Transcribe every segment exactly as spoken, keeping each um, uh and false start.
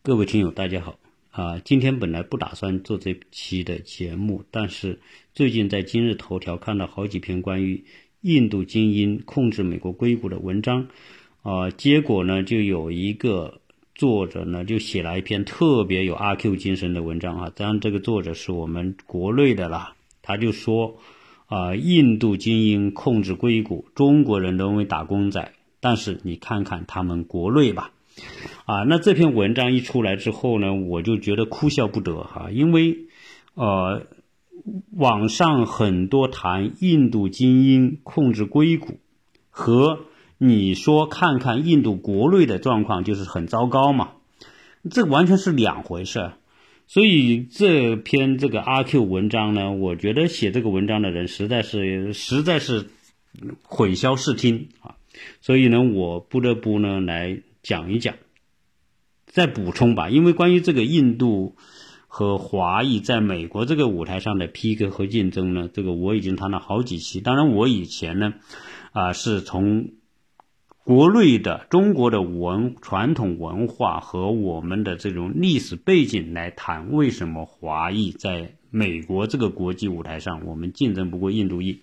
各位听友大家好啊，今天本来不打算做这期的节目，但是最近在今日头条看到好几篇关于印度精英控制美国硅谷的文章啊，结果呢就有一个作者呢就写了一篇特别有阿 Q 精神的文章啊，当然这个作者是我们国内的啦，他就说啊，印度精英控制硅谷，中国人沦为打工仔，但是你看看他们国内吧。啊，那这篇文章一出来之后呢，我就觉得哭笑不得哈，因为呃，网上很多谈印度精英控制硅谷，和你说看看印度国内的状况就是很糟糕嘛，这完全是两回事。所以这篇这个阿 Q 文章呢，我觉得写这个文章的人实在是实在是混淆视听啊，所以呢，我不得不呢来讲一讲，再补充吧，因为关于这个印度和华裔在美国这个舞台上的 P K 和竞争呢，这个我已经谈了好几期。当然我以前呢啊是从国内的中国的文传统文化和我们的这种历史背景来谈为什么华裔在美国这个国际舞台上我们竞争不过印度裔。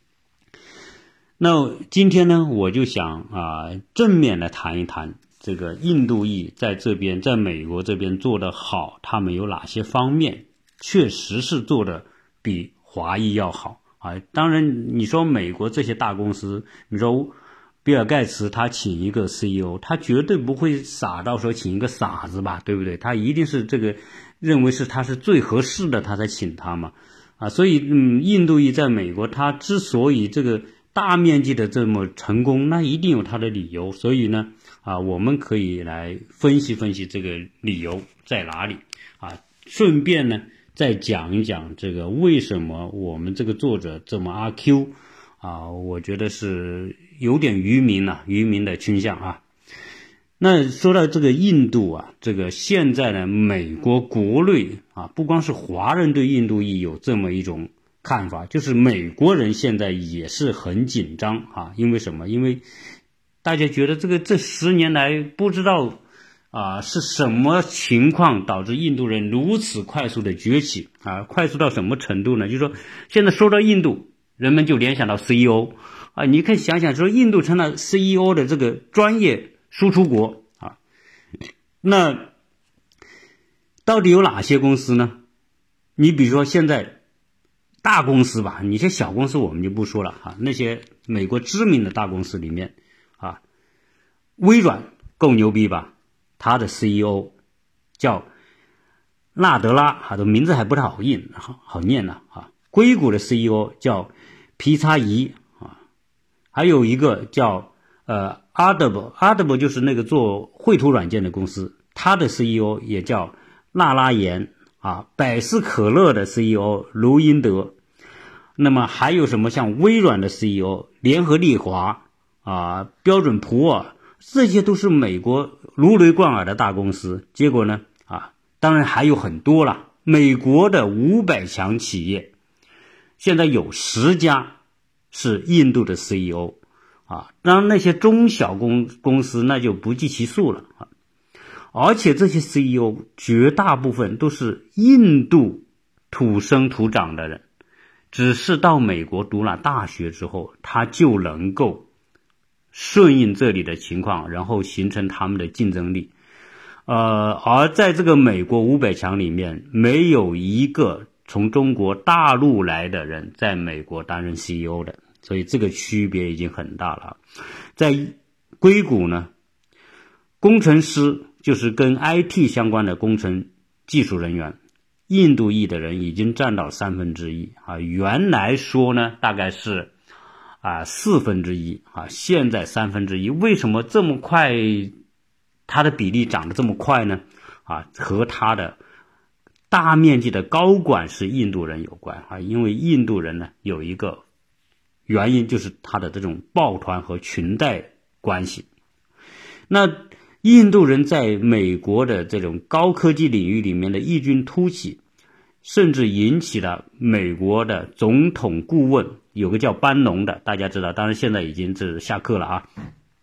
那今天呢，我就想啊正面来谈一谈这个印度裔在这边在美国这边做得好，他们有哪些方面确实是做得比华裔要好啊。当然你说美国这些大公司，你说比尔盖茨他请一个 C E O， 他绝对不会傻到说请一个傻子吧，对不对？他一定是这个认为是他是最合适的他才请他嘛啊，所以嗯，印度裔在美国他之所以这个大面积的这么成功，那一定有他的理由，所以呢啊，我们可以来分析分析这个理由在哪里啊，顺便呢再讲一讲这个为什么我们这个作者这么阿 Q 啊，我觉得是有点愚民啊，愚民的倾向啊。那说到这个印度啊，这个现在呢，美国国内啊，不光是华人对印度裔有这么一种看法，就是美国人现在也是很紧张啊，因为什么？因为大家觉得这个这十年来不知道啊是什么情况导致印度人如此快速的崛起啊，快速到什么程度呢？就是说现在说到印度，人们就联想到 C E O 啊，你可以想想说印度成了 C E O 的这个专业输出国啊，那到底有哪些公司呢？你比如说现在大公司吧，你些小公司我们就不说了啊，那些美国知名的大公司里面啊，微软够牛逼吧，他的 C E O 叫纳德拉，啊，这名字还不太好印好好念呢啊。硅谷的 C E O 叫皮查伊啊，还有一个叫呃 Audible Audible 就是那个做绘图软件的公司，他的 C E O 也叫纳拉延啊。百事可乐的 C E O 卢因德，那么还有什么像微软的 C E O 联合利华啊、标准普尔，这些都是美国如雷贯耳的大公司。结果呢啊，当然还有很多了，美国的五百强企业现在有十家是印度的 C E O 啊，当然那些中小公公司那就不计其数了啊。而且这些 C E O 绝大部分都是印度土生土长的人，只是到美国读了大学之后，他就能够顺应这里的情况，然后形成他们的竞争力。呃，而在这个美国五百强里面，没有一个从中国大陆来的人在美国担任 C E O 的，所以这个区别已经很大了。在硅谷呢，工程师就是跟 I T 相关的工程技术人员，印度裔的人已经占到三分之一啊，原来说呢大概是啊四分之一啊，现在三分之一。为什么这么快？它的比例涨得这么快呢？啊，和它的大面积的高管是印度人有关啊，因为印度人呢有一个原因就是他的这种抱团和裙带关系。那印度人在美国的这种高科技领域里面的异军突起，甚至引起了美国的总统顾问，有个叫班农的，大家知道，当然现在已经是下课了啊。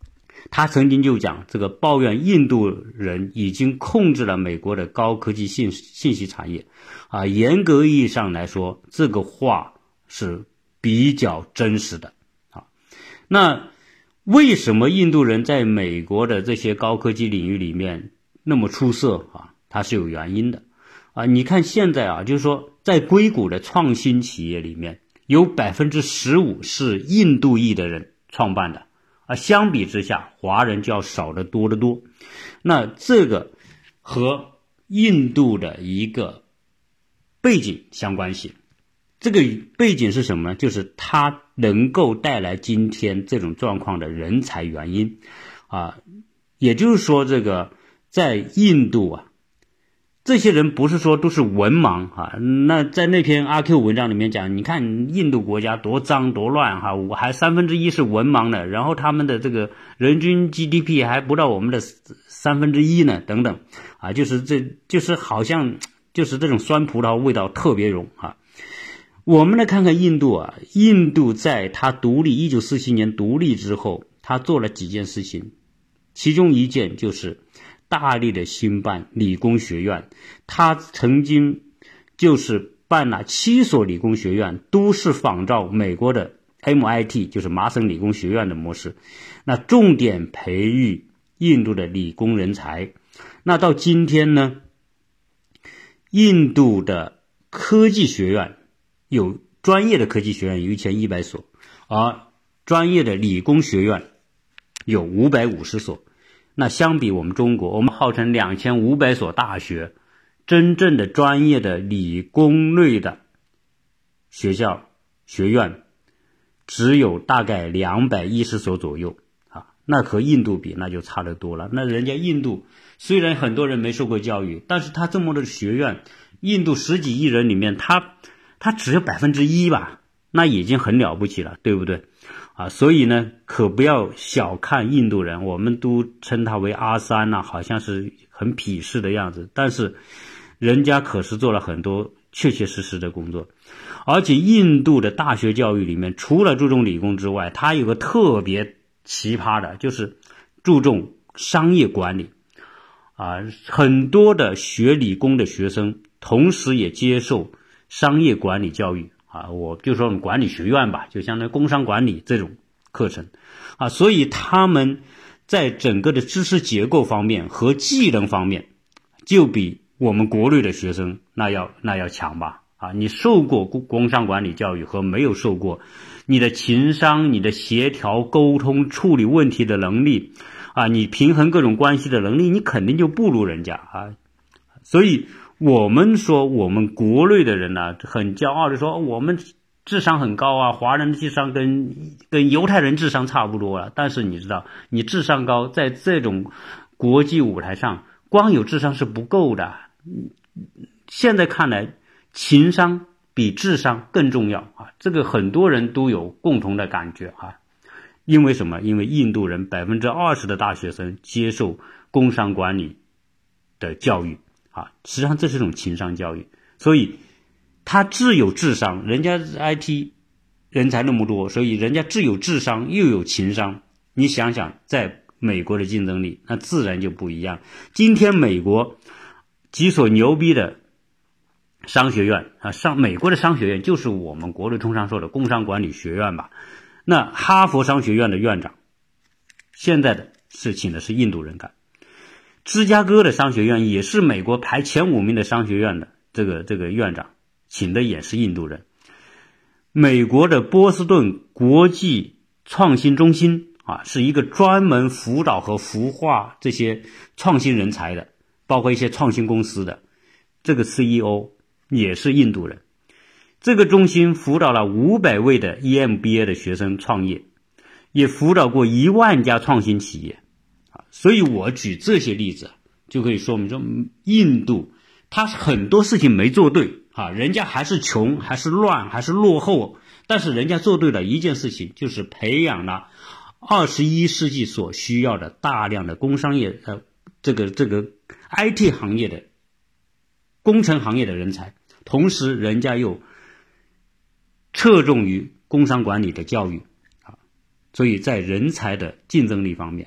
他曾经就讲，这个抱怨印度人已经控制了美国的高科技信信息产业，啊，严格意义上来说，这个话是比较真实的啊。那为什么印度人在美国的这些高科技领域里面那么出色啊？它是有原因的啊。你看现在啊，就是说在硅谷的创新企业里面，有百分之十五是印度裔的人创办的。啊，相比之下，华人就要少得多得多。那这个和印度的一个背景相关系。这个背景是什么呢？就是它能够带来今天这种状况的人才原因啊。也就是说，这个在印度啊，这些人不是说都是文盲啊。那在那篇阿 Q 文章里面讲，你看印度国家多脏多乱哈，我还三分之一是文盲的，然后他们的这个人均 G D P 还不到我们的三分之一呢，等等啊，就是这就是好像就是这种酸葡萄味道特别浓啊。我们来看看印度啊，印度在它独立一九四七年独立之后，它做了几件事情，其中一件就是大力的兴办理工学院。他曾经就是办了七所理工学院，都是仿照美国的 M I T， 就是麻省理工学院的模式，那重点培育印度的理工人才。那到今天呢，印度的科技学院有专业的科技学院有一千一百所，而专业的理工学院有五百五十所。那相比我们中国，我们号称两千五百所大学，真正的专业的理工类的学校学院只有大概两百一十所左右啊，那和印度比那就差得多了。那人家印度虽然很多人没受过教育，但是他这么多的学院，印度十几亿人里面，他他只有百分之一吧，那已经很了不起了，对不对？啊，所以呢，可不要小看印度人，我们都称他为阿三呐、啊，好像是很鄙视的样子，但是人家可是做了很多确确实实的工作。而且印度的大学教育里面，除了注重理工之外，它有个特别奇葩的，就是注重商业管理啊，很多的学理工的学生同时也接受商业管理教育啊，我就说管理学院吧，就相当于工商管理这种课程啊，所以他们在整个的知识结构方面和技能方面，就比我们国内的学生那要那要强吧啊！你受过工商管理教育和没有受过，你的情商、你的协调、沟通、处理问题的能力啊，你平衡各种关系的能力，你肯定就不如人家啊，所以。我们说我们国内的人呢、啊，很骄傲的说我们智商很高啊，华人的智商跟跟犹太人智商差不多啊。但是你知道，你智商高，在这种国际舞台上，光有智商是不够的。现在看来，情商比智商更重要啊，这个很多人都有共同的感觉啊。因为什么？因为印度人百分之二十的大学生接受工商管理的教育。啊，实际上这是一种情商教育，所以他只有智商，人家 I T 人才那么多，所以人家只有智商又有情商，你想想在美国的竞争力那自然就不一样。今天美国几所牛逼的商学院啊，上美国的商学院就是我们国内通常说的工商管理学院吧，那哈佛商学院的院长现在的是请的是印度人干，芝加哥的商学院也是美国排前五名的商学院的这个这个院长，请的也是印度人。美国的波士顿国际创新中心啊，是一个专门辅导和孵化这些创新人才的，包括一些创新公司的，这个 C E O 也是印度人。这个中心辅导了五百位的 E M B A 的学生创业，也辅导过一万家创新企业。所以我举这些例子就可以说明说，印度他很多事情没做对啊，人家还是穷，还是乱，还是落后，但是人家做对了一件事情，就是培养了二十一世纪所需要的大量的工商业呃这个这个 I T 行业的工程行业的人才，同时人家又侧重于工商管理的教育啊，所以在人才的竞争力方面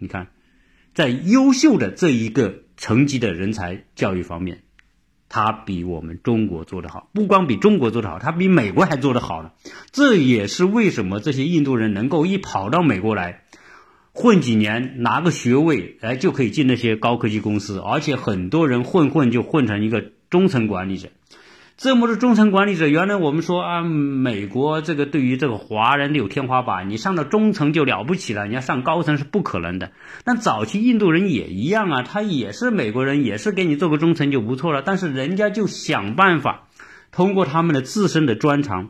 你看，在优秀的这一个层级的人才教育方面，他比我们中国做得好，不光比中国做得好，他比美国还做得好呢。这也是为什么这些印度人能够一跑到美国来混几年，拿个学位，哎，就可以进那些高科技公司，而且很多人混混就混成一个中层管理者。这么多中层管理者，原来我们说啊，美国这个对于这个华人有天花板，你上到中层就了不起了，你要上高层是不可能的。但早期印度人也一样啊，他也是美国人，也是给你做个中层就不错了，但是人家就想办法通过他们的自身的专长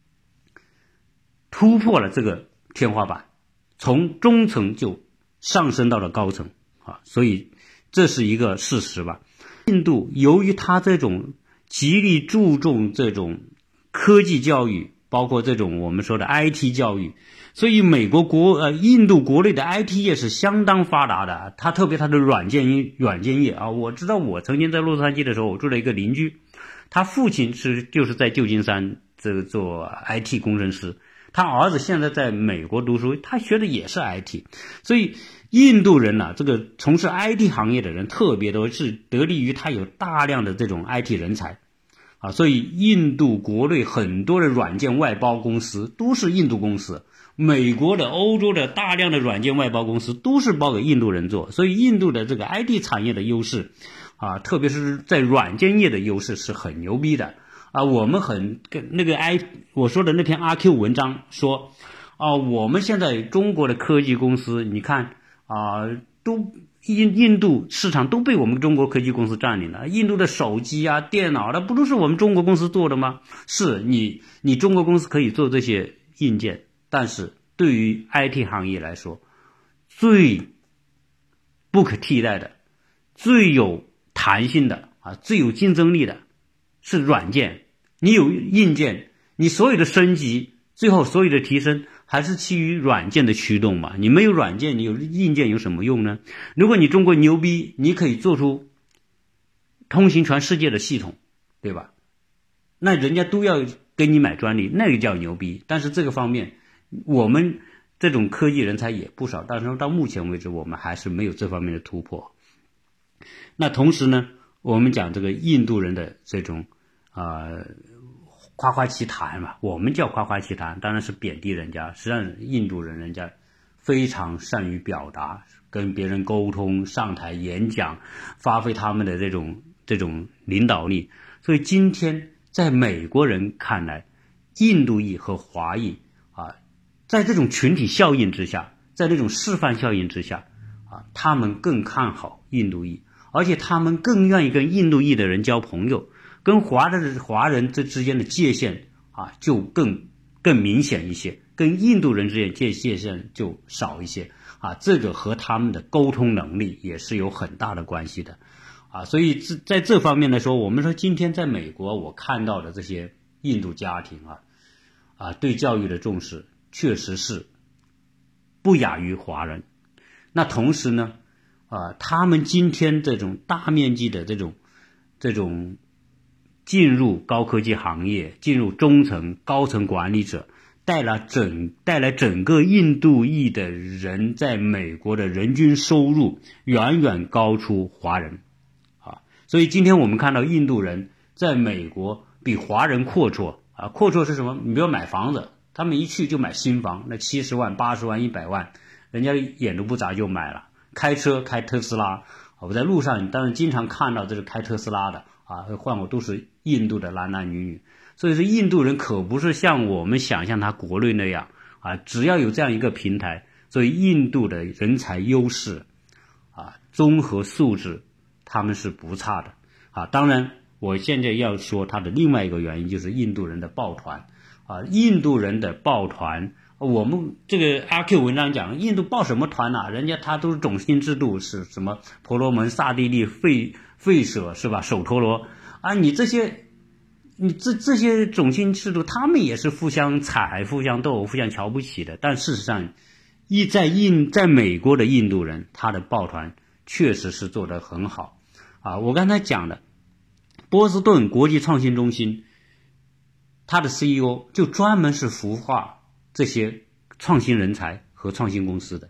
突破了这个天花板，从中层就上升到了高层啊，所以这是一个事实吧。印度由于他这种极力注重这种科技教育，包括这种我们说的 I T 教育，所以美国国呃印度国内的 I T 业是相当发达的，它特别它的软件软件业啊，我知道我曾经在洛杉矶的时候，我住了一个邻居，他父亲是就是在旧金山这个做 I T 工程师，他儿子现在在美国读书，他学的也是 I T， 所以印度人呢、啊，这个从事 I T 行业的人特别多，是得力于他有大量的这种 I T 人才啊，所以印度国内很多的软件外包公司都是印度公司，美国的、欧洲的大量的软件外包公司都是包给印度人做，所以印度的这个 I T 产业的优势啊，特别是在软件业的优势是很牛逼的啊。我们很那个 I 我说的那篇 阿 Q 文章说啊，我们现在中国的科技公司，你看啊，都印印度市场都被我们中国科技公司占领了，印度的手机啊、电脑，那不都是我们中国公司做的吗？是你你中国公司可以做这些硬件，但是对于 I T 行业来说，最不可替代的、最有弹性的啊、最有竞争力的是软件。你有硬件，你所有的升级，最后所有的提升还是基于软件的驱动嘛？你没有软件，你有硬件有什么用呢？如果你中国牛逼，你可以做出通行全世界的系统，对吧？那人家都要给你买专利，那个叫牛逼。但是这个方面，我们这种科技人才也不少，但是到目前为止，我们还是没有这方面的突破。那同时呢，我们讲这个印度人的这种呃夸夸其谈嘛，我们叫夸夸其谈，当然是贬低人家。实际上，印度人人家非常善于表达，跟别人沟通，上台演讲，发挥他们的这种这种领导力。所以今天在美国人看来，印度裔和华裔啊，在这种群体效应之下，在这种示范效应之下啊，他们更看好印度裔，而且他们更愿意跟印度裔的人交朋友。跟华人华人这之间的界限啊，就更更明显一些，跟印度人之间界界限就少一些啊，这个和他们的沟通能力也是有很大的关系的啊，所以在这方面来说，我们说今天在美国我看到的这些印度家庭啊啊，对教育的重视确实是不亚于华人。那同时呢啊，他们今天这种大面积的这种这种进入高科技行业，进入中层、高层管理者，带来整带来整个印度裔的人在美国的人均收入远远高出华人啊，所以今天我们看到印度人在美国比华人阔绰啊，阔绰是什么？你比如买房子，他们一去就买新房，那七十万、八十万、一百万，人家眼都不眨就买了。开车开特斯拉，我在路上当然经常看到这是开特斯拉的啊，换我都是印度的男男女女，所以说印度人可不是像我们想象他国内那样啊，只要有这样一个平台，所以印度的人才优势啊，综合素质他们是不差的啊。当然我现在要说他的另外一个原因就是印度人的抱团啊，印度人的抱团，我们这个阿 Q 文章讲印度抱什么团啊，人家他都是种姓制度，是什么婆罗门、刹帝利、吠吠舍是吧，首陀罗啊，你这些你这这些种姓制度，他们也是互相踩、互相斗、互相瞧不起的。但事实上，一在印在美国的印度人，他的抱团确实是做得很好啊。我刚才讲的波士顿国际创新中心，他的 C E O 就专门是孵化这些创新人才和创新公司的，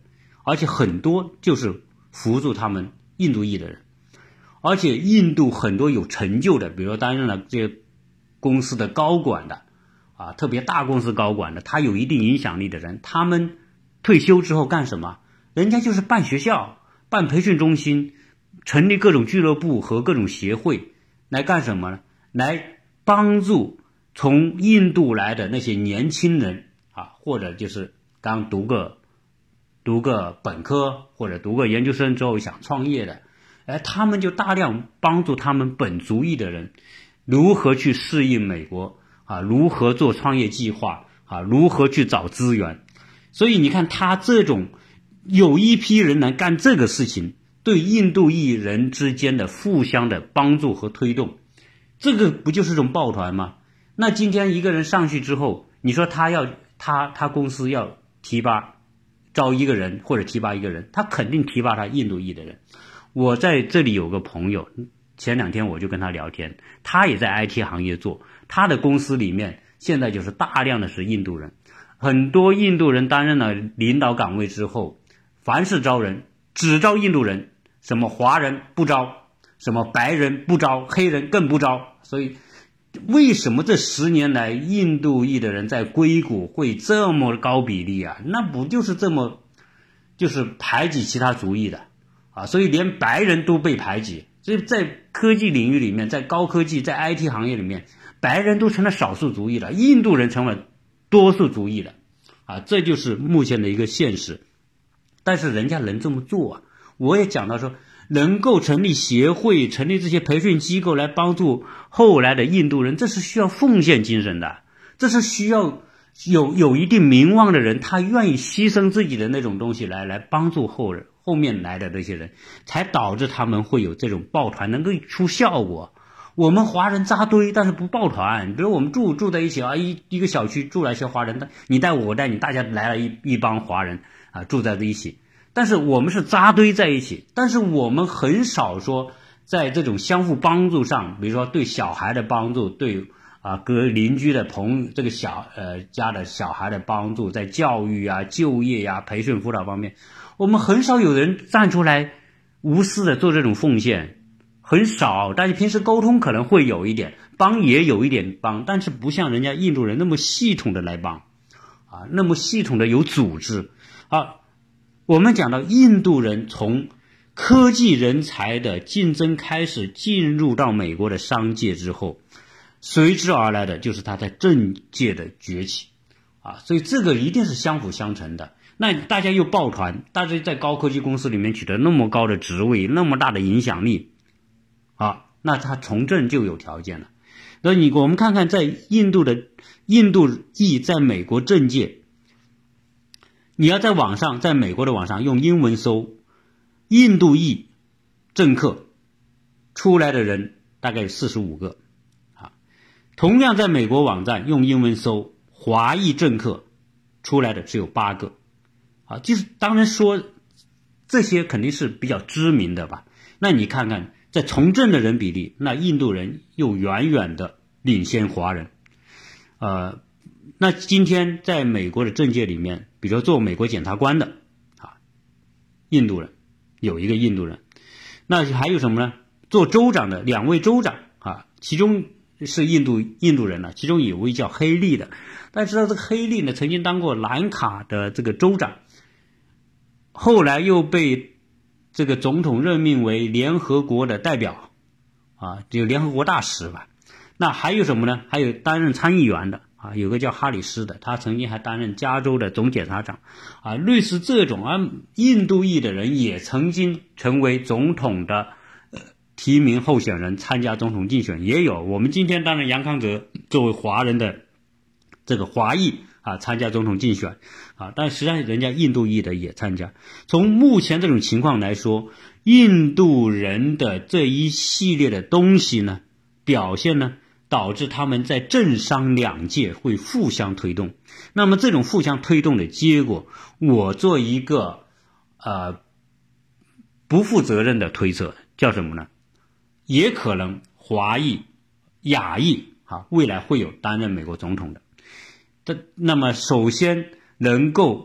而且很多就是扶助他们印度裔的人，而且印度很多有成就的，比如说担任了这些公司的高管的啊，特别大公司高管的，他有一定影响力的人，他们退休之后干什么？人家就是办学校、办培训中心，成立各种俱乐部和各种协会，来干什么呢？来帮助从印度来的那些年轻人啊，或者就是刚读个读个本科或者读个研究生之后想创业的，哎，他们就大量帮助他们本族裔的人如何去适应美国啊，如何做创业计划啊，如何去找资源。所以你看他这种有一批人来干这个事情，对印度裔人之间的互相的帮助和推动，这个不就是种抱团吗？那今天一个人上去之后，你说他要他他公司要提拔招一个人或者提拔一个人，他肯定提拔他印度裔的人。我在这里有个朋友，前两天我就跟他聊天，他也在 I T 行业做，他的公司里面现在就是大量的是印度人，很多印度人担任了领导岗位之后，凡是招人只招印度人，什么华人不招，什么白人不招，黑人更不招。所以为什么这十年来印度裔的人在硅谷会这么高比例啊？那不就是这么就是排挤其他族裔的啊？所以连白人都被排挤，所以在科技领域里面，在高科技，在 I T 行业里面，白人都成了少数族裔了，印度人成了多数族裔了啊，这就是目前的一个现实。但是人家能这么做啊，我也讲到说能够成立协会，成立这些培训机构来帮助后来的印度人，这是需要奉献精神的，这是需要有有一定名望的人，他愿意牺牲自己的那种东西来来帮助后人后面来的这些人，才导致他们会有这种抱团能够出效果。我们华人扎堆，但是不抱团。比如我们住住在一起啊，一一个小区住了一些华人，你带我，我带你，大家来了一一帮华人啊，住在一起。但是我们是扎堆在一起，但是我们很少说在这种相互帮助上，比如说对小孩的帮助，对啊隔邻居的朋这个小呃家的小孩的帮助，在教育啊、就业啊、培训辅导方面，我们很少有人站出来无私的做这种奉献。很少，但是平时沟通可能会有一点，帮也有一点帮，但是不像人家印度人那么系统的来帮啊，那么系统的有组织啊。我们讲到印度人从科技人才的竞争开始进入到美国的商界之后，随之而来的就是他在政界的崛起啊，所以这个一定是相辅相成的。那大家又抱团，大家在高科技公司里面取得那么高的职位，那么大的影响力啊，那他从政就有条件了。那你我们看看在印度的印度裔在美国政界，你要在网上在美国的网上用英文搜印度裔政客，出来的人大概有四十五个啊。同样在美国网站用英文搜华裔政客，出来的只有八个啊。就是当然说这些肯定是比较知名的吧，那你看看在从政的人比例，那印度人又远远的领先华人。呃，那今天在美国的政界里面，比如做美国检察官的啊，印度人有一个印度人，那还有什么呢？做州长的两位州长啊，其中是印度印度人了，其中有位叫黑利的。大家知道这个黑利呢，曾经当过兰卡的这个州长，后来又被这个总统任命为联合国的代表啊，就联合国大使吧。那还有什么呢？还有担任参议员的啊，有个叫哈里斯的，他曾经还担任加州的总检察长啊。类似这种啊，印度裔的人也曾经成为总统的、呃、提名候选人，参加总统竞选也有。我们今天当然杨康泽作为华人的这个华裔啊，参加总统竞选啊，但实际上人家印度裔的也参加。从目前这种情况来说，印度人的这一系列的东西呢，表现呢，导致他们在政商两界会互相推动。那么这种互相推动的结果，我做一个呃不负责任的推测，叫什么呢？也可能华裔、亚裔啊，未来会有担任美国总统的。那么首先能够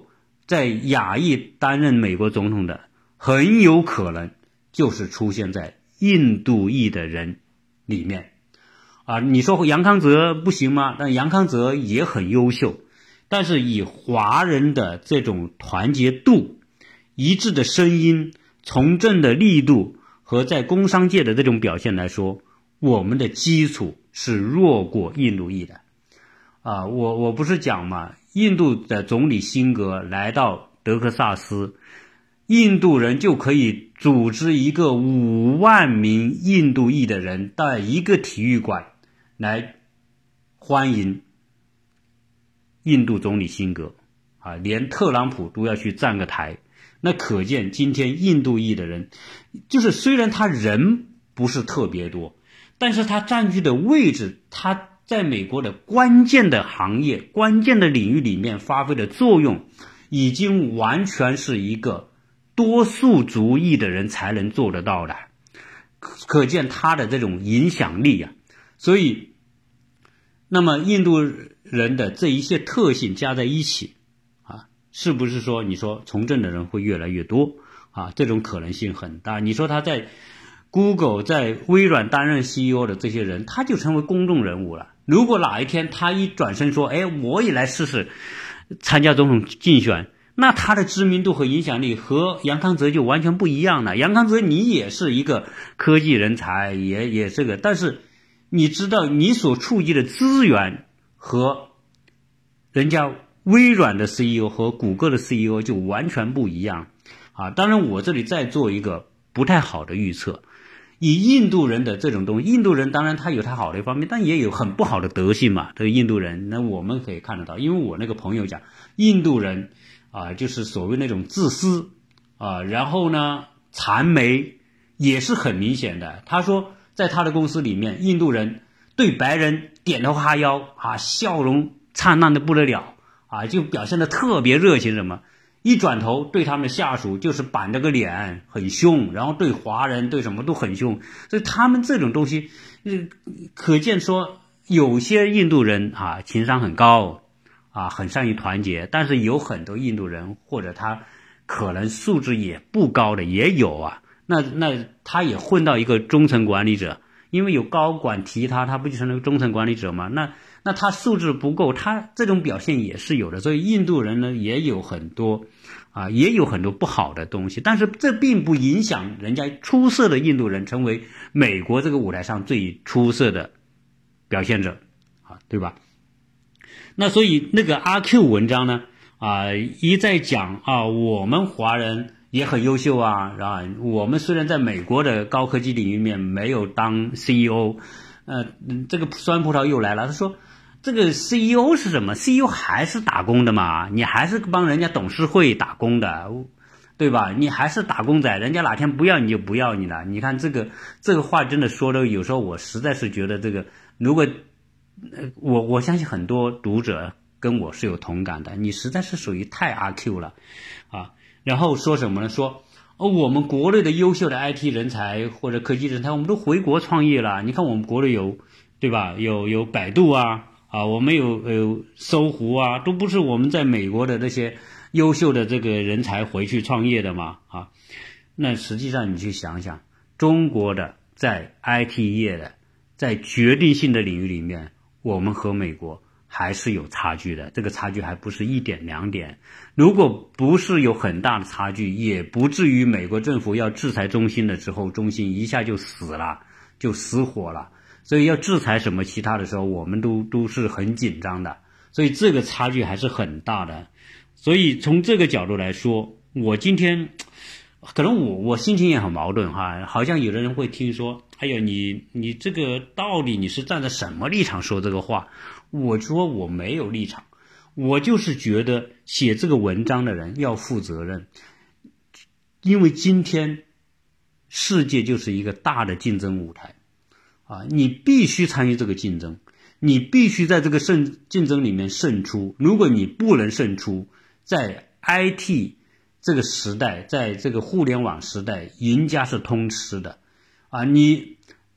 在亚裔担任美国总统的，很有可能就是出现在印度裔的人里面啊。你说杨康泽不行吗？但杨康泽也很优秀，但是以华人的这种团结度、一致的声音、从政的力度和在工商界的这种表现来说，我们的基础是弱过印度裔的啊。我我不是讲嘛，印度的总理辛格来到德克萨斯，印度人就可以组织一个五万名印度裔的人到一个体育馆来欢迎印度总理辛格啊，连特朗普都要去站个台。那可见今天印度裔的人，就是虽然他人不是特别多，但是他占据的位置，他在美国的关键的行业、关键的领域里面发挥的作用，已经完全是一个多数族裔的人才能做得到的，可见他的这种影响力啊。所以那么印度人的这一些特性加在一起啊，是不是说你说从政的人会越来越多啊？这种可能性很大。你说他在 Google 在微软担任 C E O 的这些人，他就成为公众人物了。如果哪一天他一转身说，哎，我也来试试参加总统竞选，那他的知名度和影响力和杨康泽就完全不一样了。杨康泽你也是一个科技人才，也也这个，但是你知道你所触及的资源和人家微软的 C E O 和谷歌的 C E O 就完全不一样啊。当然我这里再做一个不太好的预测，以印度人的这种东西，印度人当然他有他好的一方面，但也有很不好的德性嘛。这个印度人，那我们可以看得到，因为我那个朋友讲，印度人啊，就是所谓那种自私啊，然后呢，谄媚也是很明显的。他说，在他的公司里面，印度人对白人点头哈腰啊，笑容灿烂的不得了啊，就表现的特别热情什么。一转头对他们的下属就是板着个脸很凶，然后对华人对什么都很凶，所以他们这种东西呃，可见说有些印度人啊情商很高啊，很善于团结，但是有很多印度人或者他可能素质也不高的也有啊，那那他也混到一个中层管理者，因为有高管提他，他不就成了中层管理者吗？那那他素质不够，他这种表现也是有的。所以印度人呢也有很多啊，也有很多不好的东西，但是这并不影响人家出色的印度人成为美国这个舞台上最出色的表现者啊，对吧？那所以那个阿 Q 文章呢啊，一再讲啊，我们华人也很优秀啊，啊，我们虽然在美国的高科技领域面没有当 C E O， 呃，这个酸葡萄又来了，他说这个 C E O 是什么 ？C E O 还是打工的嘛，你还是帮人家董事会打工的，对吧？你还是打工仔，人家哪天不要你就不要你了。你看这个这个话真的说的，有时候我实在是觉得这个，如果呃我我相信很多读者跟我是有同感的，你实在是属于太阿 Q 了啊。然后说什么呢？说哦，我们国内的优秀的 I T 人才或者科技人才，我们都回国创业了。你看我们国内有，对吧？有有百度啊。啊，我们有有搜狐啊，都不是我们在美国的那些优秀的这个人才回去创业的嘛啊。那实际上你去想想，中国的在 I T 业的，在决定性的领域里面，我们和美国还是有差距的。这个差距还不是一点两点，如果不是有很大的差距，也不至于美国政府要制裁中兴的时候，中兴一下就死了，就死火了。所以要制裁什么其他的时候，我们都都是很紧张的，所以这个差距还是很大的。所以从这个角度来说，我今天可能我我心情也很矛盾哈，好像有的人会听说，哎呦你你这个到底你是站在什么立场说这个话？我说我没有立场，我就是觉得写这个文章的人要负责任，因为今天世界就是一个大的竞争舞台。啊，你必须参与这个竞争，你必须在这个胜竞争里面胜出。如果你不能胜出，在 I T 这个时代，在这个互联网时代，赢家是通吃的。啊，你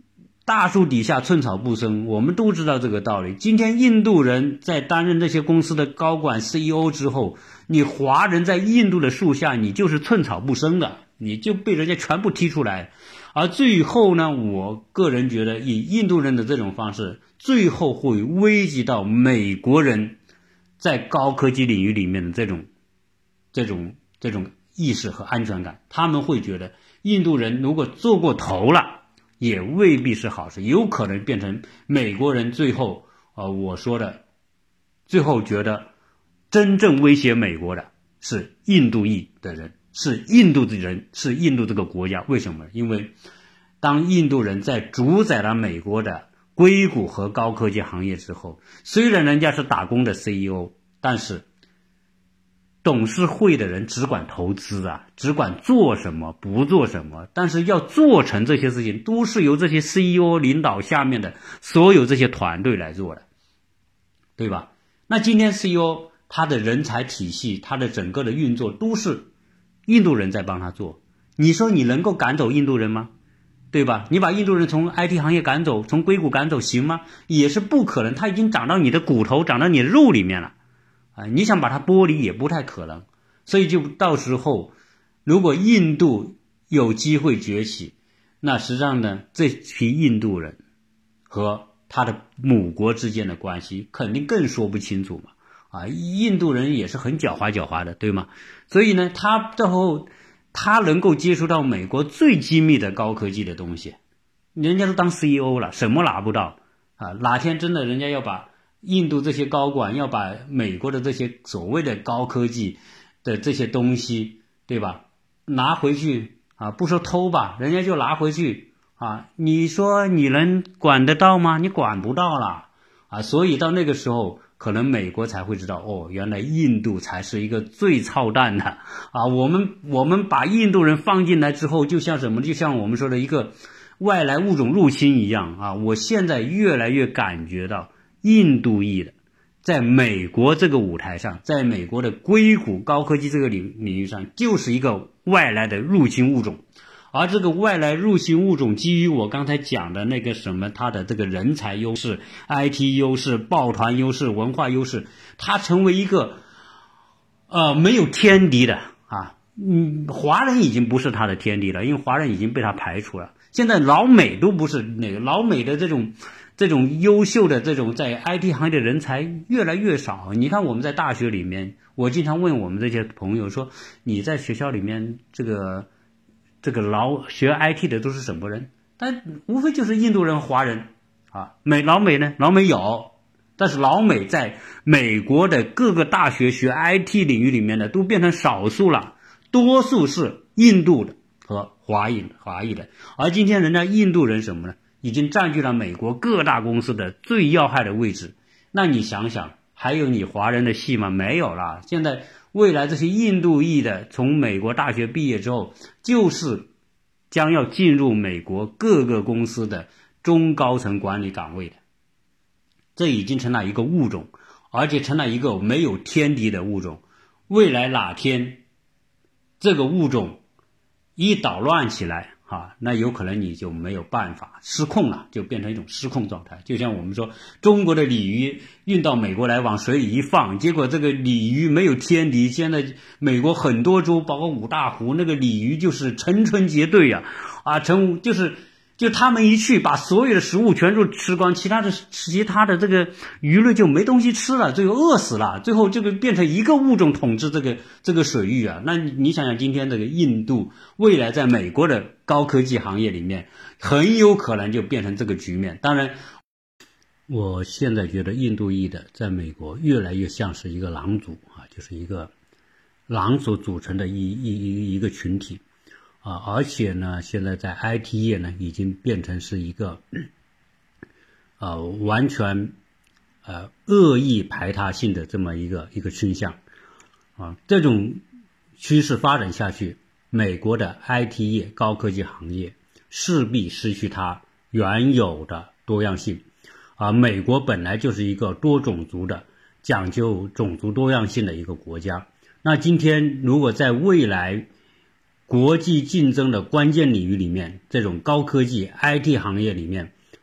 大树底下寸草不生，我们都知道这个道理。今天印度人在担任这些公司的高管 C E O 之后，你华人在印度的树下，你就是寸草不生的，你就被人家全部踢出来。而最后呢，我个人觉得以印度人的这种方式，最后会危及到美国人在高科技领域里面的这种这种这种意识和安全感。他们会觉得印度人如果做过头了，也未必是好事，有可能变成美国人最后呃，我说的最后觉得真正威胁美国的是印度裔的人，是印度的人，是印度这个国家。为什么？因为当印度人在主宰了美国的硅谷和高科技行业之后，虽然人家是打工的 C E O， 但是董事会的人只管投资啊，只管做什么不做什么，但是要做成这些事情都是由这些 C E O 领导下面的所有这些团队来做的，对吧？那今天 C E O 他的人才体系，他的整个的运作都是印度人在帮他做，你说你能够赶走印度人吗？对吧？你把印度人从 I T 行业赶走，从硅谷赶走行吗？也是不可能，他已经长到你的骨头，长到你的肉里面了啊！你想把它剥离也不太可能。所以就到时候如果印度有机会崛起，那实际上呢，这批印度人和他的母国之间的关系肯定更说不清楚嘛。啊，印度人也是很狡猾狡猾的，对吗？所以呢，他最后他能够接触到美国最机密的高科技的东西，人家都当 C E O 了，什么拿不到啊？哪天真的人家要把印度这些高管要把美国的这些所谓的高科技的这些东西，对吧，拿回去啊，不说偷吧，人家就拿回去啊，你说你能管得到吗？你管不到了啊！所以到那个时候可能美国才会知道，哦，原来印度才是一个最操蛋的啊！我们我们把印度人放进来之后，就像什么？就像我们说的一个外来物种入侵一样啊！我现在越来越感觉到印度裔的在美国这个舞台上，在美国的硅谷高科技这个领领域上，就是一个外来的入侵物种。而这个外来入侵物种基于我刚才讲的那个什么，它的这个人才优势、I T 优势、抱团优势、文化优势，它成为一个呃没有天敌的啊，嗯，华人已经不是他的天敌了，因为华人已经被他排除了。现在老美都不是那个，老美的这种这种优秀的这种在 I T 行业的人才越来越少。你看我们在大学里面，我经常问我们这些朋友说，你在学校里面这个这个老学 I T 的都是什么人？但无非就是印度人、华人啊。美老美呢？老美有，但是老美在美国的各个大学学 I T 领域里面呢，都变成少数了，多数是印度的和华裔华裔的。而今天人家印度人什么呢？已经占据了美国各大公司的最要害的位置。那你想想，还有你华人的戏吗？没有了。现在未来这些印度裔的从美国大学毕业之后，就是将要进入美国各个公司的中高层管理岗位的。这已经成了一个物种，而且成了一个没有天敌的物种。未来哪天这个物种一捣乱起来啊，那有可能你就没有办法，失控了，就变成一种失控状态。就像我们说中国的鲤鱼运到美国来往水里一放，结果这个鲤鱼没有天敌，现在美国很多州包括五大湖，那个鲤鱼就是成群结队呀、啊，啊成就是就他们一去把所有的食物全都吃光，其他的其他的这个鱼类就没东西吃了，最后饿死了，最后这个变成一个物种统治这个这个水域啊。那你想想今天这个印度未来在美国的高科技行业里面很有可能就变成这个局面。当然我现在觉得印度裔的在美国越来越像是一个狼族啊，就是一个狼所组成的一一一一个群体啊，而且呢，现在在 I T 业呢，已经变成是一个，呃，完全，呃，恶意排他性的这么一个一个倾向，啊，这种趋势发展下去，美国的 I T 业高科技行业势必失去它原有的多样性，啊，美国本来就是一个多种族的、讲究种族多样性的一个国家，那今天如果在未来国际竞争的关键领域里面，这种高科技 I T 行业里面，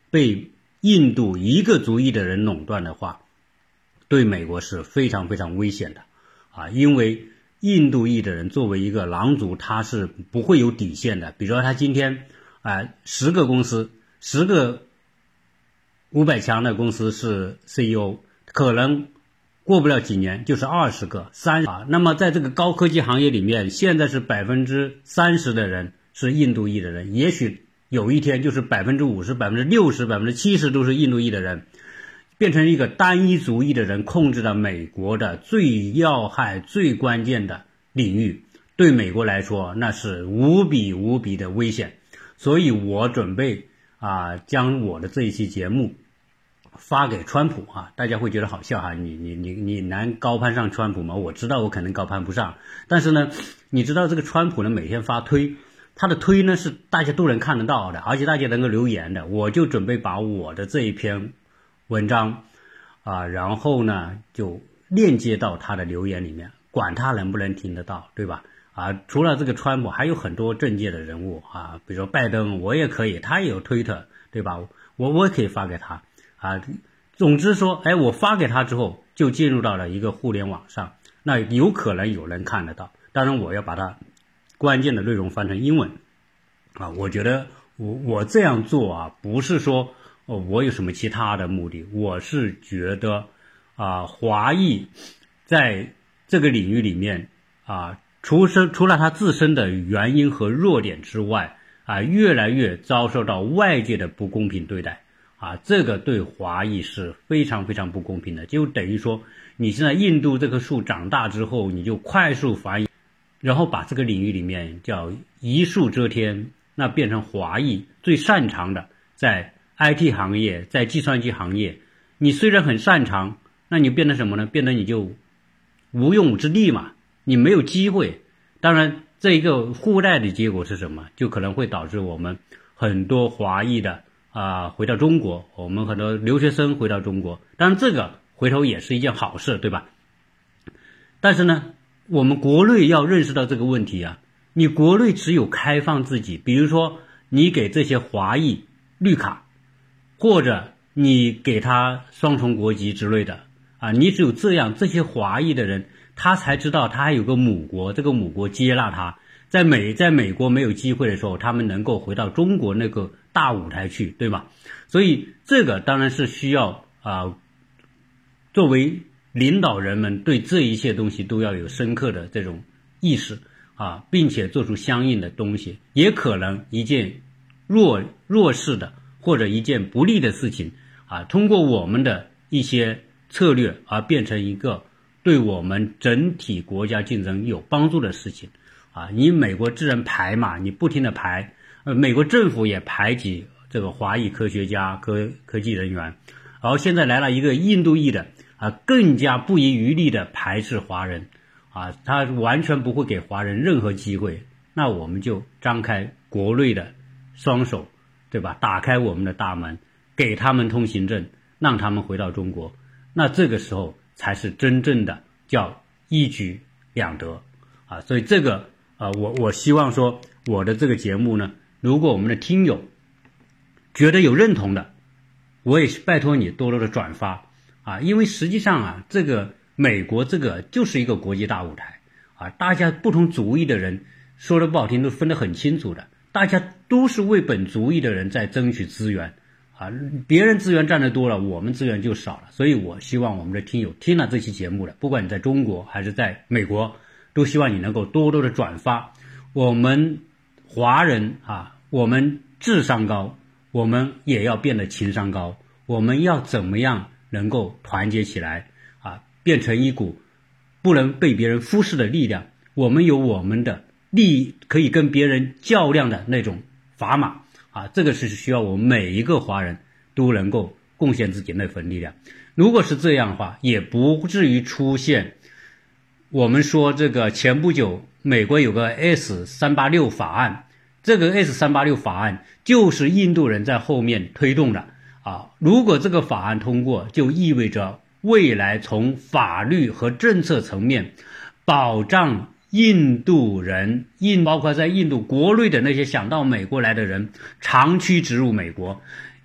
被印度一个族裔的人垄断的话，对美国是非常非常危险的啊，因为印度裔的人作为一个狼族，他是不会有底线的。比如说他今天啊，十个公司，十个五百强的公司是 C E O， 可能过不了几年就是二十个、三十啊。那么在这个高科技行业里面，现在是百分之三十的人是印度裔的人，也许有一天就是百分之五十、百分之六十、百分之七十都是印度裔的人，变成一个单一族裔的人控制了美国的最要害、最关键的领域，对美国来说那是无比无比的危险。所以我准备啊，将我的这一期节目发给川普啊，大家会觉得好笑哈，你你你你能高攀上川普吗？我知道我可能高攀不上，但是呢，你知道这个川普呢每天发推，他的推呢是大家都能看得到的，而且大家能够留言的，我就准备把我的这一篇文章啊，然后呢就链接到他的留言里面，管他能不能听得到，对吧？啊，除了这个川普，还有很多政界的人物啊，比如说拜登，我也可以，他也有推特，对吧？我我也可以发给他啊。总之说，哎，我发给他之后，就进入到了一个互联网上，那有可能有人看得到。当然，我要把它关键的内容翻成英文啊。我觉得我我这样做啊，不是说哦我有什么其他的目的，我是觉得啊，华裔在这个领域里面啊。除身除了他自身的原因和弱点之外啊，越来越遭受到外界的不公平对待啊，这个对华裔是非常非常不公平的。就等于说你现在印度这棵树长大之后，你就快速繁衍，然后把这个领域里面叫一树遮天，那变成华裔最擅长的，在 I T 行业，在计算机行业，你虽然很擅长，那你变成什么呢？变得你就无用武之地嘛，你没有机会。当然这一个互带的结果是什么？就可能会导致我们很多华裔的啊、呃、回到中国，我们很多留学生回到中国，当然这个回头也是一件好事，对吧？但是呢，我们国内要认识到这个问题啊，你国内只有开放自己，比如说你给这些华裔绿卡，或者你给他双重国籍之类的啊，你只有这样，这些华裔的人他才知道他还有个母国，这个母国接纳他，在美在美国没有机会的时候，他们能够回到中国那个大舞台去，对吧？所以这个当然是需要啊、呃，作为领导人们对这一切东西都要有深刻的这种意识啊，并且做出相应的东西。也可能一件弱弱势的或者一件不利的事情啊，通过我们的一些策略而变成一个对我们整体国家竞争有帮助的事情啊！你美国自然排嘛，你不停的排，呃，美国政府也排挤这个华裔科学家、科科技人员，然后现在来了一个印度裔的啊，更加不遗余力的排斥华人啊，他完全不会给华人任何机会。那我们就张开国内的双手，对吧？打开我们的大门，给他们通行证，让他们回到中国。那这个时候才是真正的叫一举两得啊！所以这个啊，我我希望说我的这个节目呢，如果我们的听友觉得有认同的，我也拜托你多多的转发啊，因为实际上啊，这个美国这个就是一个国际大舞台啊，大家不同族裔的人说的不好听都分得很清楚的，大家都是为本族裔的人在争取资源。啊，别人资源占得多了，我们资源就少了，所以我希望我们的听友听了这期节目的，不管你在中国还是在美国，都希望你能够多多的转发。我们华人啊，我们智商高，我们也要变得情商高，我们要怎么样能够团结起来啊，变成一股不能被别人忽视的力量，我们有我们的力，可以跟别人较量的那种砝码。啊，这个是需要我们每一个华人都能够贡献自己那份力量。如果是这样的话，也不至于出现我们说这个前不久美国有个 S 三八六 法案，这个 S 三八六 法案就是印度人在后面推动的啊。如果这个法案通过，就意味着未来从法律和政策层面保障印度人，印包括在印度国内的那些想到美国来的人，长驱直入美国，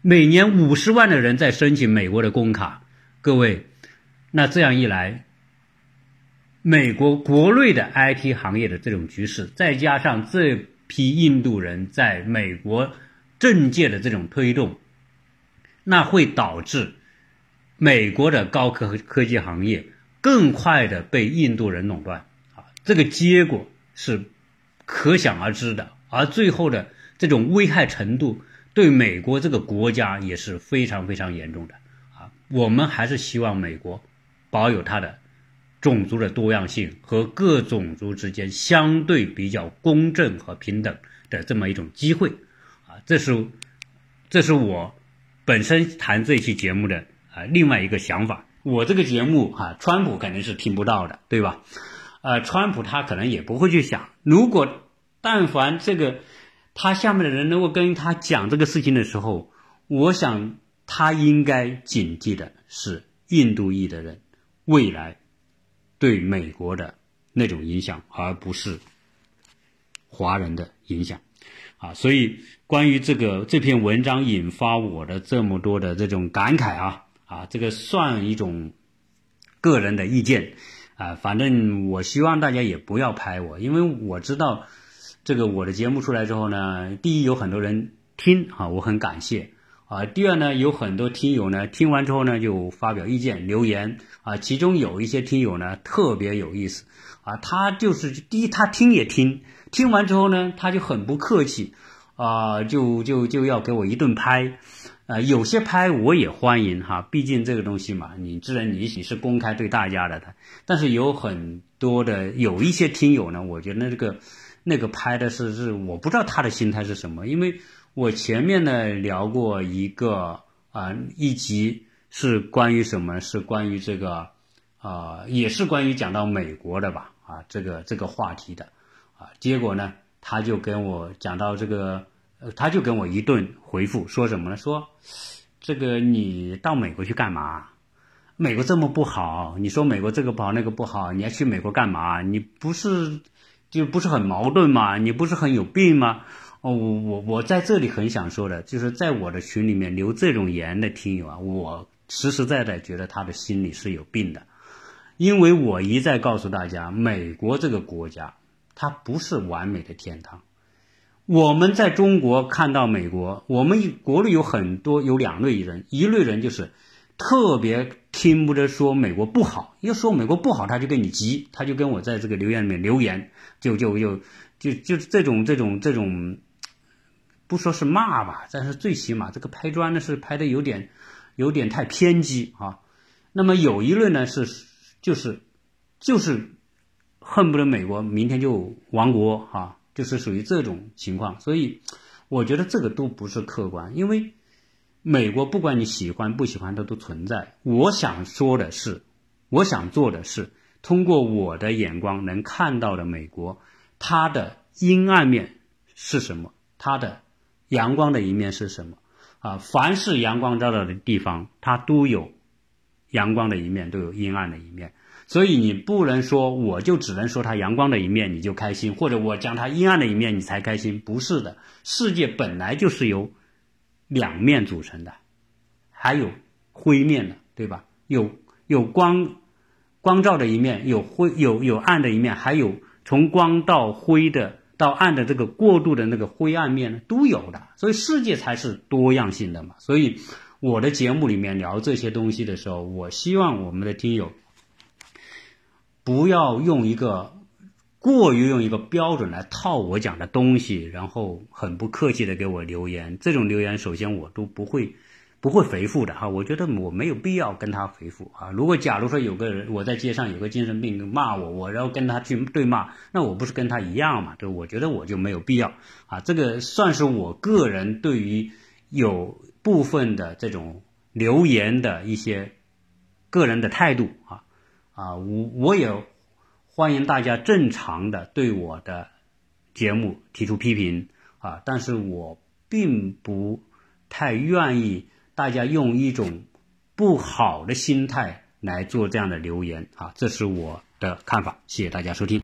每年五十万的人在申请美国的工卡，各位，那这样一来，美国国内的 I T 行业的这种局势，再加上这批印度人在美国政界的这种推动，那会导致美国的高科科技行业更快的被印度人垄断啊，这个结果是可想而知的，而最后的这种危害程度对美国这个国家也是非常非常严重的啊。我们还是希望美国保有它的种族的多样性和各种族之间相对比较公正和平等的这么一种机会啊，这是这是我本身谈这期节目的啊另外一个想法。我这个节目啊，川普肯定是听不到的，对吧？呃，川普他可能也不会去想，如果但凡这个他下面的人能够跟他讲这个事情的时候，我想他应该警惕的是印度裔的人未来对美国的那种影响，而不是华人的影响啊。所以关于这个这篇文章引发我的这么多的这种感慨啊啊，这个算一种个人的意见啊，反正我希望大家也不要拍我，因为我知道这个我的节目出来之后呢，第一有很多人听啊，我很感谢啊。第二呢，有很多听友呢听完之后呢就发表意见留言啊，其中有一些听友呢特别有意思啊，他就是第一他听也听，听完之后呢他就很不客气啊，就就就要给我一顿拍。呃，有些拍我也欢迎哈，毕竟这个东西嘛，你自然你你是公开对大家的，但是有很多的有一些听友呢，我觉得这个那个拍的是是我不知道他的心态是什么，因为我前面呢聊过一个啊、呃、一集是关于什么，是关于这个啊、呃、也是关于讲到美国的吧啊这个这个话题的啊，结果呢他就跟我讲到这个。他就跟我一顿回复，说什么呢？说这个你到美国去干嘛？美国这么不好，你说美国这个不好那个不好，你要去美国干嘛？你不是就不是很矛盾吗？你不是很有病吗？哦，我我我在这里很想说的，就是在我的群里面留这种言的听友啊，我实实在在觉得他的心里是有病的，因为我一再告诉大家，美国这个国家它不是完美的天堂。我们在中国看到美国，我们国内有很多有两类人，一类人就是特别听不得说美国不好，一说美国不好他就跟你急，他就跟我在这个留言里面留言，就就就就就这种这种这种，不说是骂吧，但是最起码这个拍砖呢是拍的有点有点太偏激啊。那么有一类呢是就是就是恨不得美国明天就亡国啊。就是属于这种情况，所以我觉得这个都不是客观，因为美国不管你喜欢不喜欢它都存在。我想说的是，我想做的是通过我的眼光能看到的美国，它的阴暗面是什么，它的阳光的一面是什么啊？凡是阳光照到的地方，它都有阳光的一面，都有阴暗的一面。所以你不能说我就只能说它阳光的一面你就开心，或者我讲它阴暗的一面你才开心，不是的，世界本来就是由两面组成的，还有灰面的，对吧？有有光光照的一面，有灰有有暗的一面，还有从光到灰的到暗的这个过渡的那个灰暗面呢都有的，所以世界才是多样性的嘛。所以我的节目里面聊这些东西的时候，我希望我们的听友不要用一个过于用一个标准来套我讲的东西，然后很不客气的给我留言，这种留言首先我都不会不会回复的哈，我觉得我没有必要跟他回复啊。如果假如说有个人我在街上有个精神病骂我，我然后跟他去对骂，那我不是跟他一样嘛？对，我觉得我就没有必要啊。这个算是我个人对于有部分的这种留言的一些个人的态度啊。啊，我我也欢迎大家正常的对我的节目提出批评啊，但是我并不太愿意大家用一种不好的心态来做这样的留言啊，这是我的看法，谢谢大家收听。